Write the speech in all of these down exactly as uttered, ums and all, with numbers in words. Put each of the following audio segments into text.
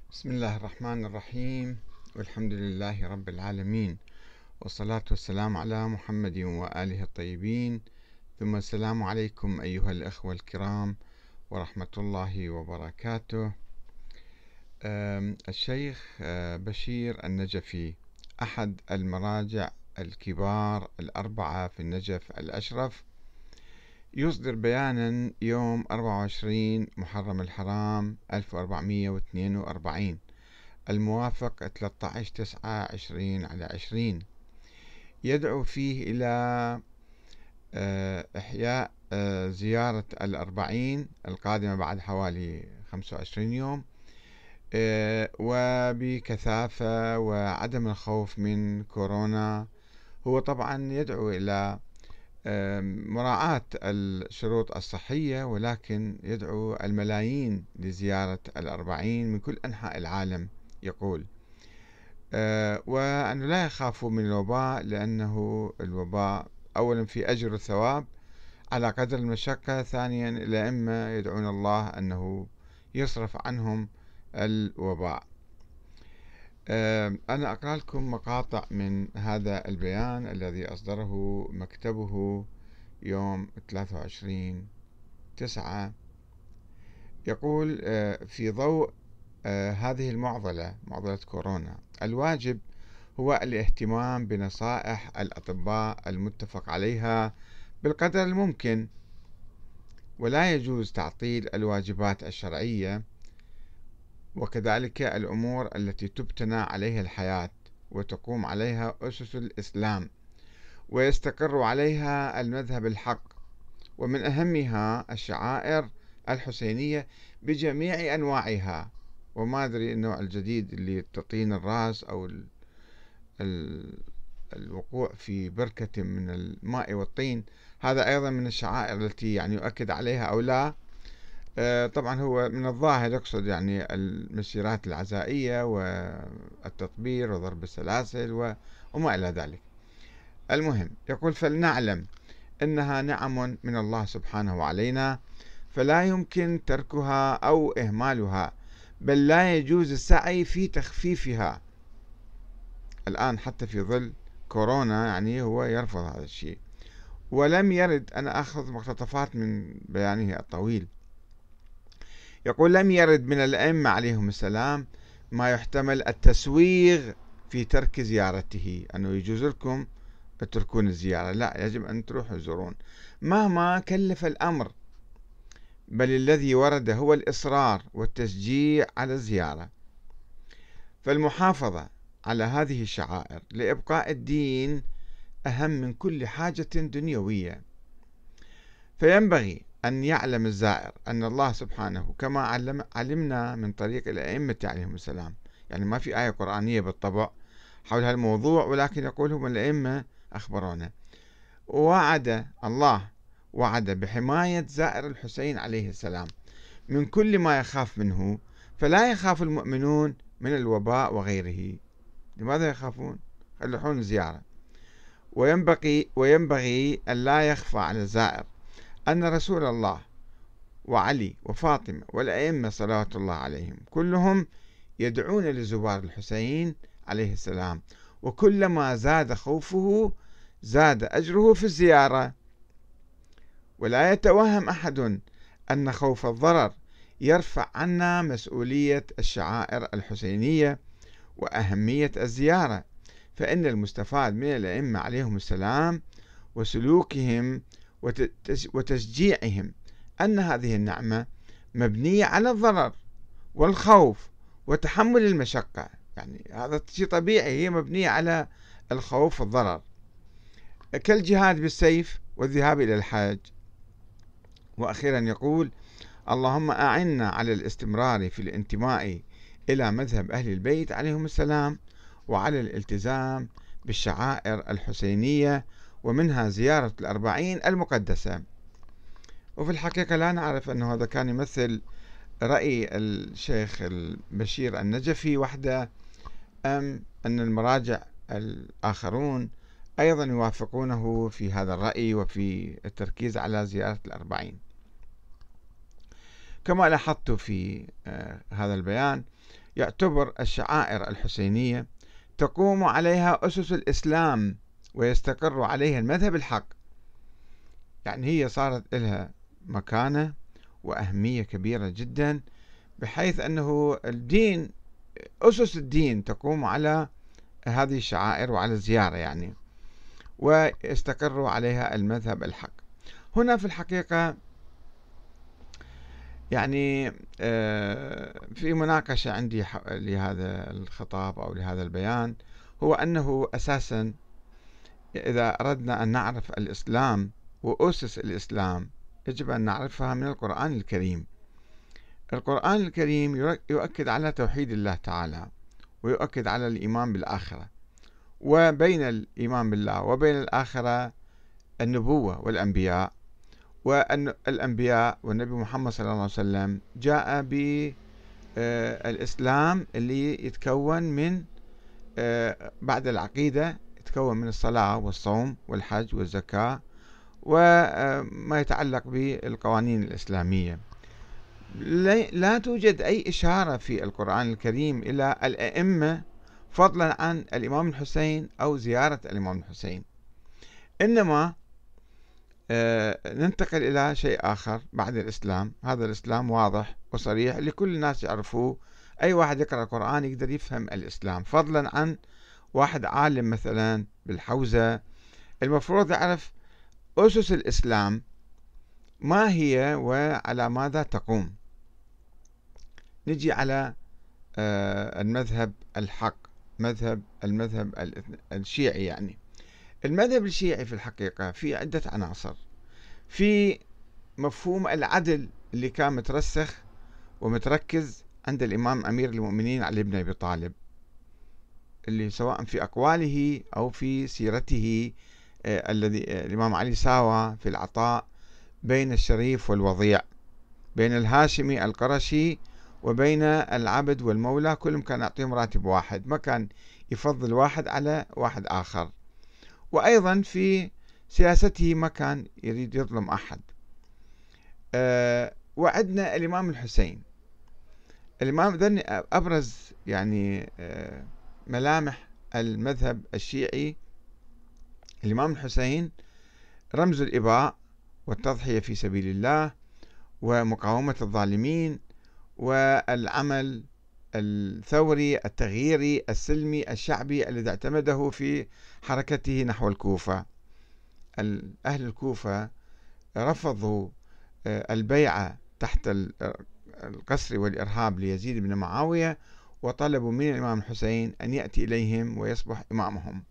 بسم الله الرحمن الرحيم، والحمد لله رب العالمين، والصلاة والسلام على محمد وآله الطيبين، ثم السلام عليكم أيها الأخوة الكرام ورحمة الله وبركاته. الشيخ بشير النجفي أحد المراجع الكبار الأربعة في النجف الأشرف يصدر بيانا يوم أربعة وعشرين محرم الحرام ألف وأربعمئة واثنين وأربعين الموافق ثلاثة عشر تسعة عشرين على عشرين، يدعو فيه إلى إحياء زيارة الأربعين القادمة بعد حوالي خمسة وعشرين يوم وبكثافة وعدم الخوف من كورونا. هو طبعا يدعو إلى مراعاة الشروط الصحية، ولكن يدعو الملايين لزيارة الأربعين من كل أنحاء العالم. يقول أه وأنه لا يخافوا من الوباء، لأنه الوباء أولا في أجر الثواب على قدر المشقة، ثانيا الأئمة يدعون الله أنه يصرف عنهم الوباء. أه أنا أقرأ لكم مقاطع من هذا البيان الذي أصدره مكتبه يوم ثلاثة وعشرين تسعة. يقول أه في ضوء آه هذه المعضلة، معضلة كورونا، الواجب هو الاهتمام بنصائح الأطباء المتفق عليها بالقدر الممكن، ولا يجوز تعطيل الواجبات الشرعية، وكذلك الأمور التي تبتنى عليها الحياة وتقوم عليها أسس الإسلام ويستقر عليها المذهب الحق، ومن أهمها الشعائر الحسينية بجميع أنواعها. وما أدري النوع الجديد اللي تطين الرأس أو ال ال الوقوع في بركة من الماء والطين، هذا أيضا من الشعائر التي يعني يؤكد عليها أو لا. آه طبعا هو من الظاهر يقصد يعني المسيرات العزائية والتطبير وضرب السلاسل وما إلى ذلك. المهم يقول: فلنعلم أنها نعم من الله سبحانه علينا، فلا يمكن تركها أو إهمالها، بل لا يجوز السعي في تخفيفها. الآن حتى في ظل كورونا يعني هو يرفض هذا الشيء. ولم يرد، أنا أخذ مقتطفات من بيانه الطويل، يقول: لم يرد من الأئمة عليهم السلام ما يحتمل التسويغ في ترك زيارته، أنه يجوز لكم تتركون الزيارة، لا، يجب أن تروحوا تزورون مهما كلف الأمر، بل الذي ورد هو الإصرار والتشجيع على الزيارة. فالمحافظة على هذه الشعائر لإبقاء الدين أهم من كل حاجة دنيوية. فينبغي أن يعلم الزائر أن الله سبحانه كما علم علمنا من طريق الأئمة عليهم السلام، يعني ما في آية قرآنية بالطبع حول هذا الموضوع، ولكن يقول هم الأئمة أخبرونا. وعد الله وعد بحماية زائر الحسين عليه السلام من كل ما يخاف منه، فلا يخاف المؤمنون من الوباء وغيره. لماذا يخافون؟ يروحون الزيارة. وينبغي وينبغي أن لا يخفى على الزائر أن رسول الله وعلي وفاطمة والأئمة صلوات الله عليهم كلهم يدعون لزوار الحسين عليه السلام، وكلما زاد خوفه زاد أجره في الزيارة. ولا يتوهم أحد أن خوف الضرر يرفع عنا مسؤولية الشعائر الحسينية وأهمية الزيارة، فإن المستفاد من الأئمة عليهم السلام وسلوكهم وتشجيعهم أن هذه النعمة مبنية على الضرر والخوف وتحمل المشقة، يعني هذا شيء طبيعي، هي مبنية على الخوف والضرر، كالجهاد بالسيف والذهاب إلى الحج. وأخيرا يقول: اللهم أعنا على الاستمرار في الانتماء إلى مذهب أهل البيت عليهم السلام، وعلى الالتزام بالشعائر الحسينية، ومنها زيارة الأربعين المقدسة. وفي الحقيقة لا نعرف أن هذا كان يمثل رأي الشيخ البشير النجفي وحده، أم أن المراجع الآخرون أيضا يوافقونه في هذا الرأي وفي التركيز على زيارة الأربعين. كما لاحظت في هذا البيان يعتبر الشعائر الحسينية تقوم عليها أسس الإسلام ويستقر عليها المذهب الحق. يعني هي صارت لها مكانة وأهمية كبيرة جدا، بحيث أنه الدين، أسس الدين تقوم على هذه الشعائر وعلى الزيارة يعني، ويستقر عليها المذهب الحق. هنا في الحقيقة يعني في مناقشة عندي لهذا الخطاب أو لهذا البيان، هو أنه أساسا إذا أردنا أن نعرف الإسلام وأسس الإسلام يجب أن نعرفها من القرآن الكريم. القرآن الكريم يؤكد على توحيد الله تعالى، ويؤكد على الإيمان بالآخرة، وبين الإيمان بالله وبين الآخرة النبوة والأنبياء، وأن الأنبياء والنبي محمد صلى الله عليه وسلم جاء بالإسلام اللي يتكون من بعد العقيدة، يتكون من الصلاة والصوم والحج والزكاة وما يتعلق بالقوانين الإسلامية. لا توجد أي إشارة في القرآن الكريم إلى الأئمة فضلا عن الإمام الحسين أو زيارة الإمام الحسين، إنما ننتقل إلى شيء آخر بعد الإسلام. هذا الإسلام واضح وصريح لكل الناس يعرفوه، أي واحد يقرأ القرآن يقدر يفهم الإسلام، فضلا عن واحد عالم مثلا بالحوزة المفروض يعرف أسس الإسلام ما هي وعلى ماذا تقوم. نجي على المذهب الحق، مذهب المذهب الشيعي. يعني المذهب الشيعي في الحقيقة في عدة عناصر. في مفهوم العدل اللي كان مترسخ ومتركز عند الإمام أمير المؤمنين علي بن أبي طالب، اللي سواء في أقواله أو في سيرته آه الذي آه الإمام علي ساوى في العطاء بين الشريف والوضيع، بين الهاشمي القرشي وبين العبد والمولى، كلهم كان يعطيهم راتب واحد، ما كان يفضل واحد على واحد آخر. وأيضا في سياسته ما كان يريد يظلم أحد. أه وعندنا الإمام الحسين. الإمام ذن أبرز يعني أه ملامح المذهب الشيعي. الإمام الحسين رمز الإباء والتضحية في سبيل الله ومقاومة الظالمين والعمل الثوري التغييري السلمي الشعبي الذي اعتمده في حركته نحو الكوفة. أهل الكوفة رفضوا البيعة تحت القسر والإرهاب ليزيد بن معاوية، وطلبوا من الإمام الحسين أن يأتي إليهم ويصبح إمامهم.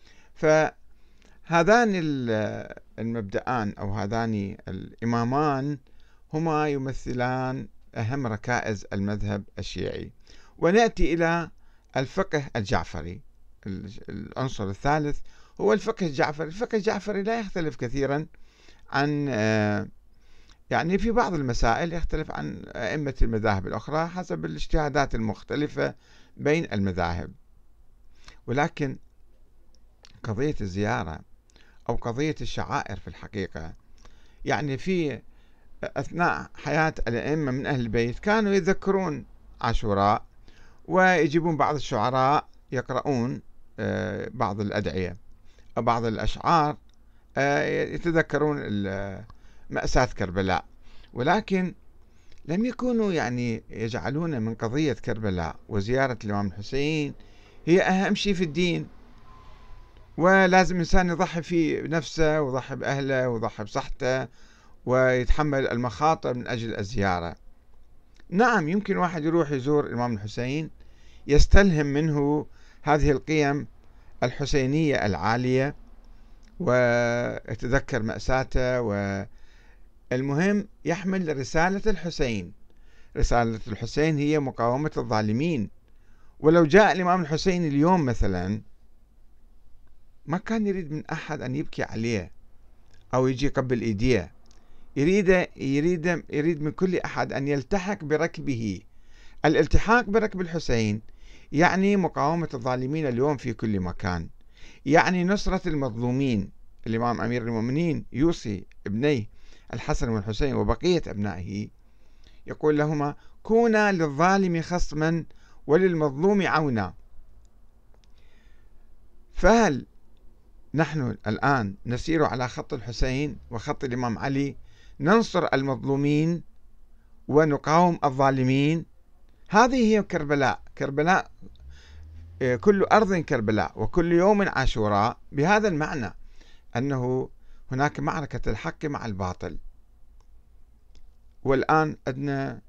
فهذان المبدأان أو هذان الإمامان هما يمثلان أهم ركائز المذهب الشيعي. ونأتي إلى الفقه الجعفري. العنصر الثالث هو الفقه الجعفري. الفقه الجعفري لا يختلف كثيرا عن يعني في بعض المسائل يختلف عن أئمة المذاهب الأخرى حسب الاجتهادات المختلفة بين المذاهب، ولكن قضية الزيارة أو قضية الشعائر في الحقيقة، يعني في أثناء حياة الأئمة من أهل البيت كانوا يذكرون عاشوراء، ويجيبون بعض الشعراء يقرؤون بعض الأدعية أو بعض الأشعار يتذكرون مأساة كربلاء، ولكن لم يكونوا يعني يجعلون من قضية كربلاء وزيارة الإمام الحسين هي أهم شيء في الدين، ولازم الإنسان يضحي في نفسه ويضحي بأهله ويضحي بصحته ويتحمل المخاطر من أجل الزيارة. نعم، يمكن واحد يروح يزور الإمام الحسين يستلهم منه هذه القيم الحسينية العالية ويتذكر مأساته، والمهم يحمل رسالة الحسين. رسالة الحسين هي مقاومة الظالمين. ولو جاء الإمام الحسين اليوم مثلا ما كان يريد من أحد أن يبكي عليه أو يجي قبل إيديه، يريد يريد يريد من كل أحد أن يلتحق بركبه. الالتحاق بركب الحسين يعني مقاومة الظالمين اليوم في كل مكان، يعني نصرة المظلومين. الإمام أمير المؤمنين يوصي ابنيه الحسن والحسين وبقية أبنائه، يقول لهما: كونا للظالم خصما وللمظلوم عونا. فهل نحن الآن نسير على خط الحسين وخط الإمام علي، ننصر المظلومين ونقاوم الظالمين؟ هذه هي كربلاء. كربلاء كل أرض كربلاء وكل يوم عاشوراء، بهذا المعنى أنه هناك معركة الحق مع الباطل. والآن عندنا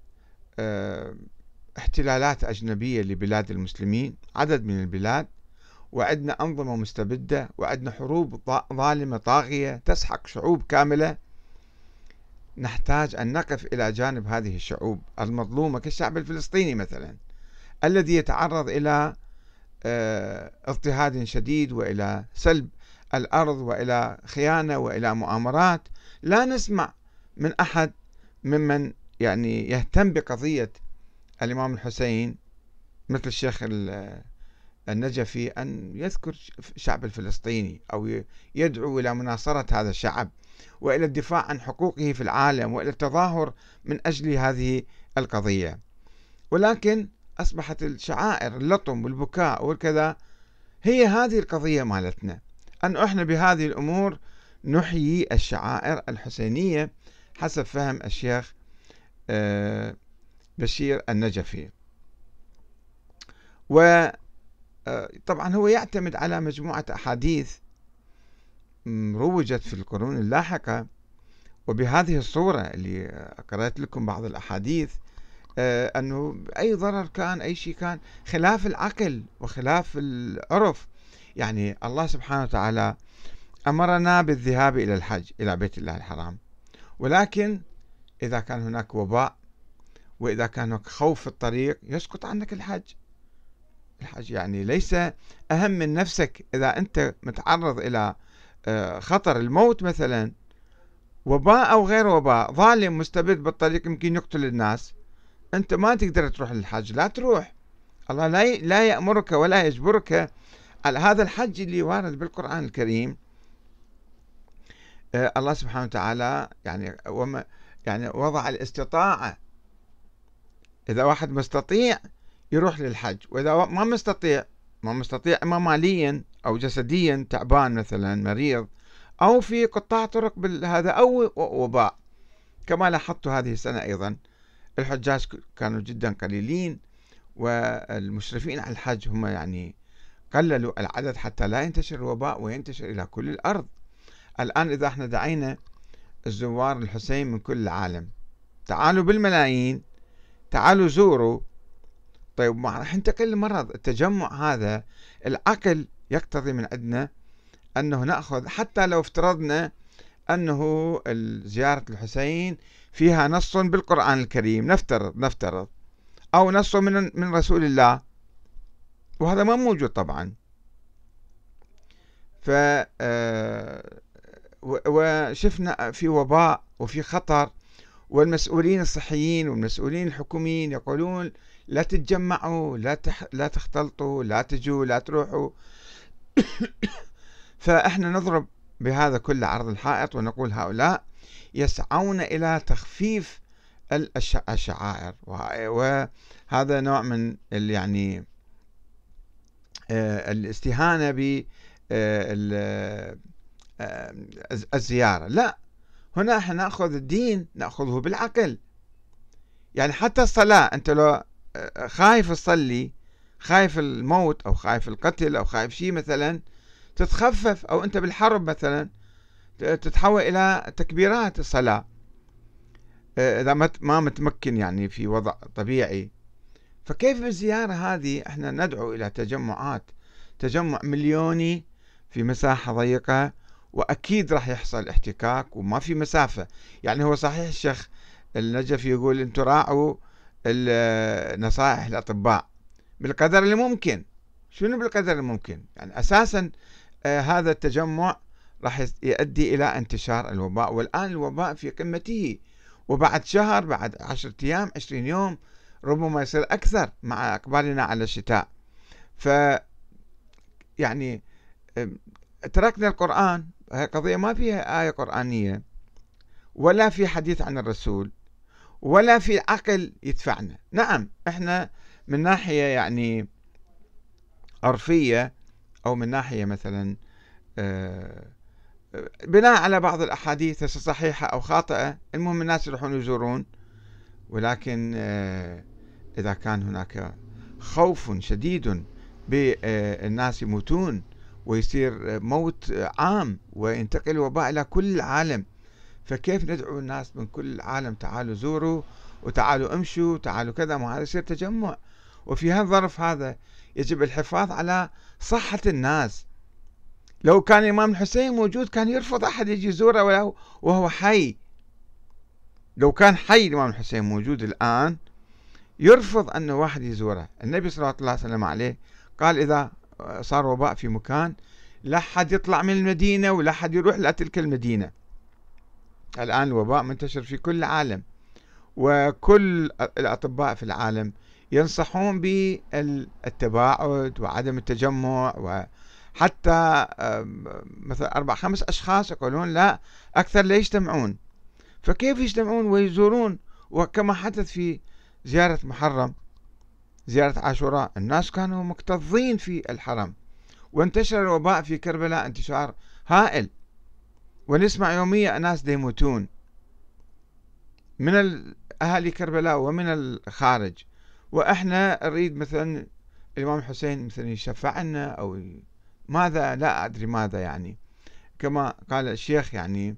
احتلالات أجنبية لبلاد المسلمين، عدد من البلاد، وعندنا أنظمة مستبدة، وعندنا حروب ظالمة طاغية تسحق شعوب كاملة. نحتاج أن نقف إلى جانب هذه الشعوب المظلومة كالشعب الفلسطيني مثلا، الذي يتعرض إلى اضطهاد شديد وإلى سلب الأرض وإلى خيانة وإلى مؤامرات. لا نسمع من أحد ممن يعني يهتم بقضية الإمام الحسين مثل الشيخ النجفي أن يذكر الشعب الفلسطيني أو يدعو إلى مناصرة هذا الشعب وإلى الدفاع عن حقوقه في العالم وإلى التظاهر من أجل هذه القضية. ولكن أصبحت الشعائر اللطم والبكاء والكذا هي هذه القضية مالتنا، أن إحنا بهذه الأمور نحيي الشعائر الحسينية حسب فهم الشيخ بشير النجفي. وطبعا هو يعتمد على مجموعة أحاديث روجت في القرون اللاحقة، وبهذه الصورة اللي قرأت لكم بعض الأحاديث أنه أي ضرر كان، أي شيء كان خلاف العقل وخلاف العرف. يعني الله سبحانه وتعالى أمرنا بالذهاب إلى الحج إلى بيت الله الحرام، ولكن إذا كان هناك وباء وإذا كان هناك خوف في الطريق يسقط عنك الحج. الحج يعني ليس أهم من نفسك. إذا أنت متعرض إلى خطر الموت مثلا، وباء أو غير وباء، ظالم مستبد بالطريق يمكن يقتل الناس، أنت ما تقدر تروح للحج، لا تروح. الله لا لا يأمرك ولا يجبرك على هذا الحج اللي وارد بالقرآن الكريم. الله سبحانه وتعالى يعني وما يعني وضع الاستطاعة، إذا واحد مستطيع يروح للحج، وإذا ما مستطيع ما مستطيع إما ماليا أو جسديا تعبان مثلا مريض أو في قطاع طرق هذا أو وباء. كما لاحظت هذه السنة أيضا الحجاج كانوا جدا قليلين، والمشرفين على الحج هم يعني قللوا العدد حتى لا ينتشر الوباء وينتشر إلى كل الأرض. الآن إذا احنا دعينا الزوار الحسين من كل العالم، تعالوا بالملايين، تعالوا زوروا. طيب ما راح ينتقل المرض. التجمع هذا العقل يقتضي من عندنا أنه نأخذ، حتى لو افترضنا أنه زيارة الحسين فيها نص بالقرآن الكريم، نفترض نفترض أو نص من من رسول الله، وهذا ما موجود طبعا. ف وشفنا في وباء وفي خطر، والمسؤولين الصحيين والمسؤولين الحكوميين يقولون لا تتجمعوا، لا تح... لا تختلطوا، لا تجوا، لا تروحوا. فإحنا نضرب بهذا كل عرض الحائط ونقول هؤلاء يسعون إلى تخفيف الشعائر، وهذا نوع من يعني الاستهانة بالزيارة. لا، هنا احنا نأخذ الدين نأخذه بالعقل. يعني حتى الصلاة، أنت لو خايف تصلي، خايف الموت أو خايف القتل أو خايف شيء مثلا، تتخفف، أو أنت بالحرب مثلا تتحول إلى تكبيرات الصلاة إذا ما متمكن يعني في وضع طبيعي. فكيف بالزيارة هذه احنا ندعو إلى تجمعات، تجمع مليوني في مساحة ضيقة، وأكيد راح يحصل احتكاك وما في مسافة. يعني هو صحيح الشيخ النجف يقول أنتم راعوا نصائح الأطباء بالقدر اللي ممكن. شنو بالقدر الممكن؟ يعني أساسا آه هذا التجمع راح يؤدي إلى انتشار الوباء، والآن الوباء في قمته، وبعد شهر، بعد عشرة أيام، عشرين يوم، ربما يصير أكثر مع إقبالنا على الشتاء. ف يعني تركنا القرآن، هي قضية ما فيها آية قرآنية ولا في حديث عن الرسول ولا في عقل يدفعنا. نعم احنا من ناحية يعني عرفية، أو من ناحية مثلا بناء على بعض الأحاديث صحيحة أو خاطئة، المهم الناس يروحون يزورون. ولكن إذا كان هناك خوف شديد بالناس يموتون ويصير موت عام وينتقل الوباء إلى كل العالم، فكيف ندعو الناس من كل العالم تعالوا زوروا وتعالوا امشوا تعالوا كذا؟ ما هذا يصير تجمع. وفي هذا الظرف هذا يجب الحفاظ على صحة الناس. لو كان الإمام الحسين موجود كان يرفض أحد يجي يزوره ولو وهو حي. لو كان حي الإمام الحسين موجود الآن يرفض أن واحد يزوره. النبي صلى الله عليه وسلم عليه قال إذا صار وباء في مكان لا حد يطلع من المدينة ولا حد يروح لتلك المدينة. الآن الوباء منتشر في كل العالم، وكل الأطباء في العالم ينصحون بالتباعد وعدم التجمع، وحتى مثلا أربع خمس أشخاص يقولون لا أكثر لا يجتمعون. فكيف يجتمعون ويزورون؟ وكما حدث في زيارة محرم، زيارة عاشوراء، الناس كانوا مكتظين في الحرم، وانتشر الوباء في كربلاء انتشار هائل، ونسمع يوميا ناس يموتون من أهالي كربلاء ومن الخارج. وإحنا نريد مثلا الإمام الحسين مثلا يشفع لنا أو ماذا، لا أدري ماذا يعني. كما قال الشيخ يعني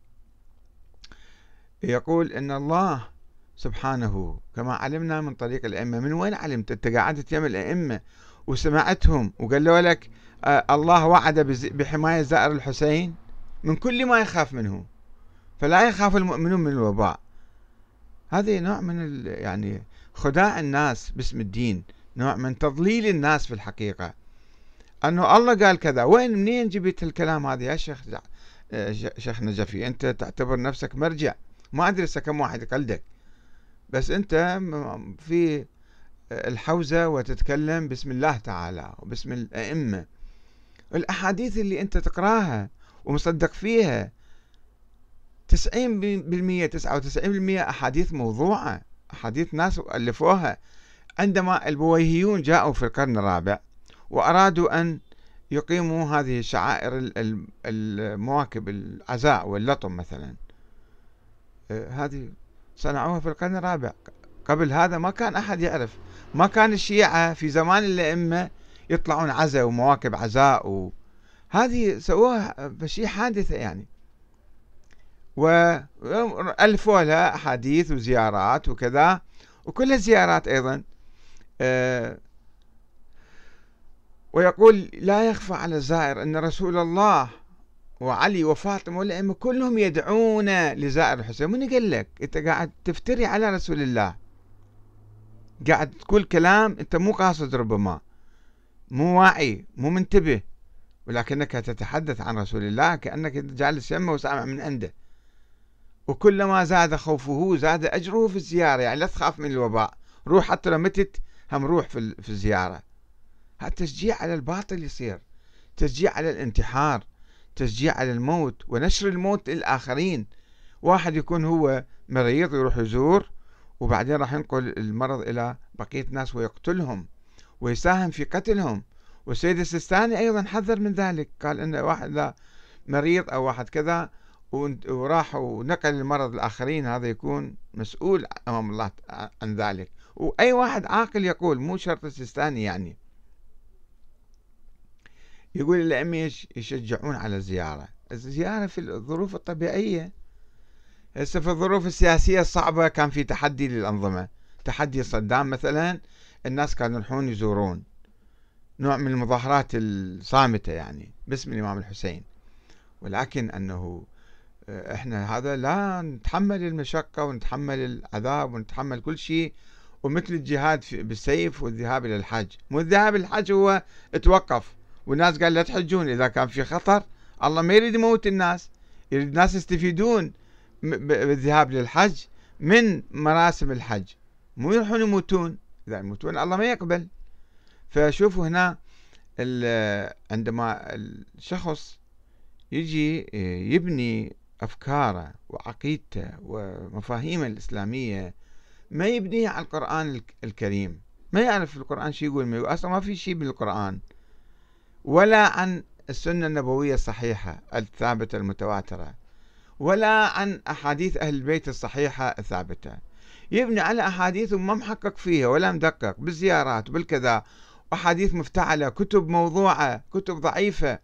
يقول إن الله سبحانه كما علمنا من طريق الأئمة. من وين علمت؟ أنت قاعد يم الأئمة وسمعتهم وقالوا لك آه الله وعد بحماية زائر الحسين من كل ما يخاف منه، فلا يخاف المؤمنون من الوباء. هذه نوع من يعني خداع الناس باسم الدين، نوع من تضليل الناس في الحقيقة. أنه الله قال كذا، وين منين جبت الكلام هذا يا شيخ شيخ نجفي؟ أنت تعتبر نفسك مرجع، ما أدري كم واحد يقلدك، بس أنت في الحوزة وتتكلم باسم الله تعالى وباسم الأئمة. الأحاديث اللي أنت تقراها ومصدق فيها تسعين بالمئة تسعة وتسعين بالمئة أحاديث موضوعة، أحاديث ناس ألفوها. عندما البويهيون جاءوا في القرن الرابع وأرادوا أن يقيموا هذه الشعائر المواكب العزاء واللطم مثلا، هذه صنعوها في القرن الرابع. قبل هذا ما كان أحد يعرف، ما كان الشيعة في زمان الأئمة يطلعون عزاء ومواكب عزاء، وهذه سووها شيء حادثة يعني. وألفوا لها أحاديث وزيارات وكذا، وكل الزيارات أيضا أه ويقول لا يخفى على الزائر أن رسول الله وعلي وفاطمة والأئمة كلهم يدعون لزائر الحسين. من قال لك؟ أنت قاعد تفتري على رسول الله، قاعد تقول كلام أنت مو قاصد، ربما مو واعي مو منتبه، ولكنك تتحدث عن رسول الله كأنك جالس يمه وسامع من عنده. وكلما زاد خوفه زاد أجره في الزيارة، يعني لا تخاف من الوباء، روح حتى لو متت هم روح في في الزيارة. هذا تشجيع على الباطل يصير، تشجيع على الانتحار، تشجيع على الموت ونشر الموت للآخرين. واحد يكون هو مريض ويروح يزور، وبعدين راح ينقل المرض إلى بقية ناس ويقتلهم ويساهم في قتلهم. والسيد السيستاني أيضا حذر من ذلك، قال إن واحد لا مريض أو واحد كذا وراح ونقل المرض للآخرين هذا يكون مسؤول أمام الله عن ذلك. وأي واحد عاقل يقول، مو شرط السيستاني يعني. يقول الأئمة يشجعون على الزيارة، الزيارة في الظروف الطبيعية. هسه في الظروف السياسية الصعبة كان في تحدي للأنظمة، تحدي صدام مثلا، الناس كانوا يروحون يزورون، نوع من المظاهرات الصامتة يعني باسم الإمام الحسين. ولكن أنه إحنا هذا لا نتحمل المشقة ونتحمل العذاب ونتحمل كل شيء، ومثل الجهاد بالسيف والذهاب إلى الحج. مو الذهاب إلى الحج هو توقف، والناس قال لا تحجون إذا كان في خطر. الله ما يريد يموت الناس، يريد الناس يستفيدون بالذهاب للحج من مراسم الحج، مو يروحون يموتون. إذا يموتون الله ما يقبل. فشوفوا هنا عندما الشخص يجي يبني أفكاره وعقيدته ومفاهيمه الإسلامية، ما يبنيها على القرآن الكريم، ما يعرف القرآن شي يقول، ما يقول، أصلا ما في شيء بالقرآن ولا عن السنة النبوية الصحيحة الثابتة المتواترة ولا عن أحاديث أهل البيت الصحيحة الثابتة. يبني على أحاديث ما محقق فيها ولا مدقق بالزيارات وبالكذا، أحاديث مفتعلة، كتب موضوعة، كتب ضعيفة.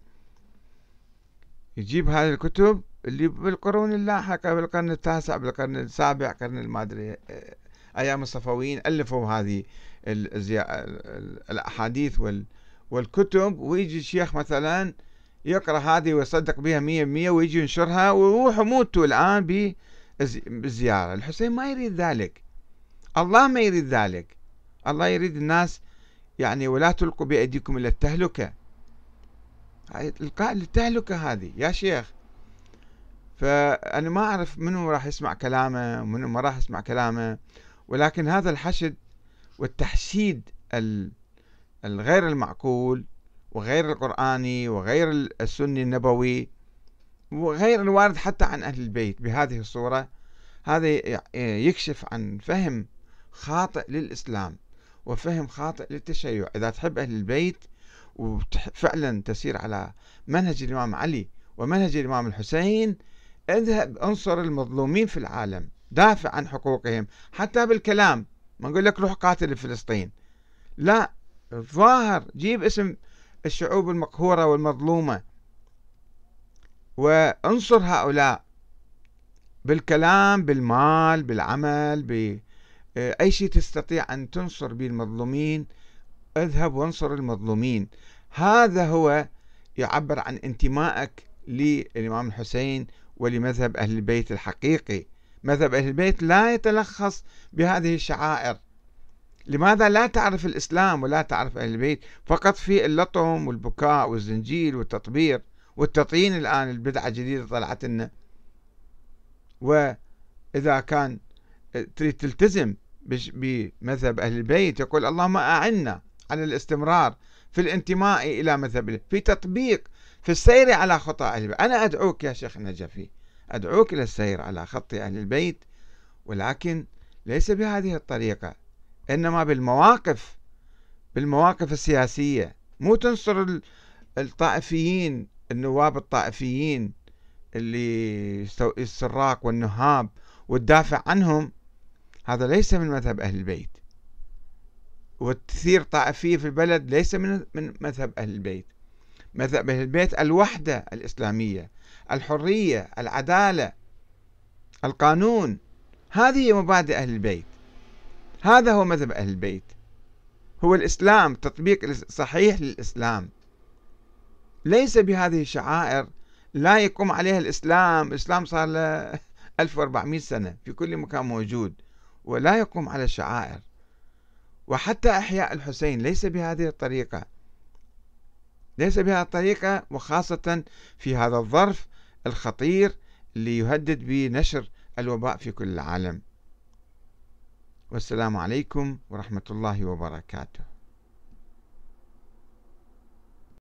يجيب هذه الكتب اللي بالقرون اللاحقة، بالقرن التاسع، بالقرن السابع، قرن المادري، أيام الصفويين ألفوا هذه الأحاديث والكتب، ويجي الشيخ مثلا يقرأ هذه ويصدق بها مية بمية ويجي ينشرها ويروح موته الآن بالزيارة. الحسين ما يريد ذلك، الله ما يريد ذلك. الله يريد الناس يعني ولا تلقوا بأيديكم إلى التهلكة، القاء للتهلكة هذه يا شيخ. فأنا ما أعرف منو راح يسمع كلامه ومنو ما راح يسمع كلامه، ولكن هذا الحشد والتحشيد الغير المعقول وغير القرآني وغير السني النبوي وغير الوارد حتى عن أهل البيت بهذه الصورة، هذا يكشف عن فهم خاطئ للإسلام وفهم خاطئ للتشيع. إذا تحب أهل البيت وفعلا تسير على منهج الإمام علي ومنهج الإمام الحسين، اذهب انصر المظلومين في العالم، دافع عن حقوقهم حتى بالكلام. ما نقول لك روح قاتل فلسطين، لا، ظاهر جيب اسم الشعوب المقهورة والمظلومة وانصر هؤلاء بالكلام، بالمال، بالعمل، بأي شيء تستطيع أن تنصر به المظلومين. اذهب وانصر المظلومين. هذا هو يعبر عن انتمائك للإمام الحسين ولمذهب أهل البيت الحقيقي. مذهب أهل البيت لا يتلخص بهذه الشعائر. لماذا لا تعرف الإسلام ولا تعرف أهل البيت؟ فقط في اللطم والبكاء والزنجيل والتطبير والتطين. الآن البدعة الجديدة طلعت لنا. وإذا كان تريد تلتزم بمذهب أهل البيت يقول اللهم أعنا على الاستمرار في الانتماء إلى مذهب، في تطبيق، في السير على خطى أهل البيت. أنا أدعوك يا شيخ النجفي، أدعوك إلى السير على خط أهل البيت، ولكن ليس بهذه الطريقة، إنما بالمواقف، بالمواقف السياسية. مو تنصر الطائفيين، النواب الطائفيين اللي السراق والنهاب والدافع عنهم، هذا ليس من مذهب أهل البيت. والتثير طائفية في البلد ليس من من مذهب أهل البيت. مذهب أهل البيت الوحدة الإسلامية، الحرية، العدالة، القانون، هذه هي مبادئ أهل البيت. هذا هو مذهب أهل البيت، هو الإسلام، تطبيق صحيح للإسلام، ليس بهذه الشعائر لا يقوم عليها الإسلام. الإسلام صار له ألف وأربعمئة سنة في كل مكان موجود ولا يقوم على الشعائر. وحتى إحياء الحسين ليس بهذه الطريقة، ليس بهذه الطريقة، وخاصة في هذا الظرف الخطير اللي يهدد بنشر الوباء في كل العالم. والسلام عليكم ورحمة الله وبركاته.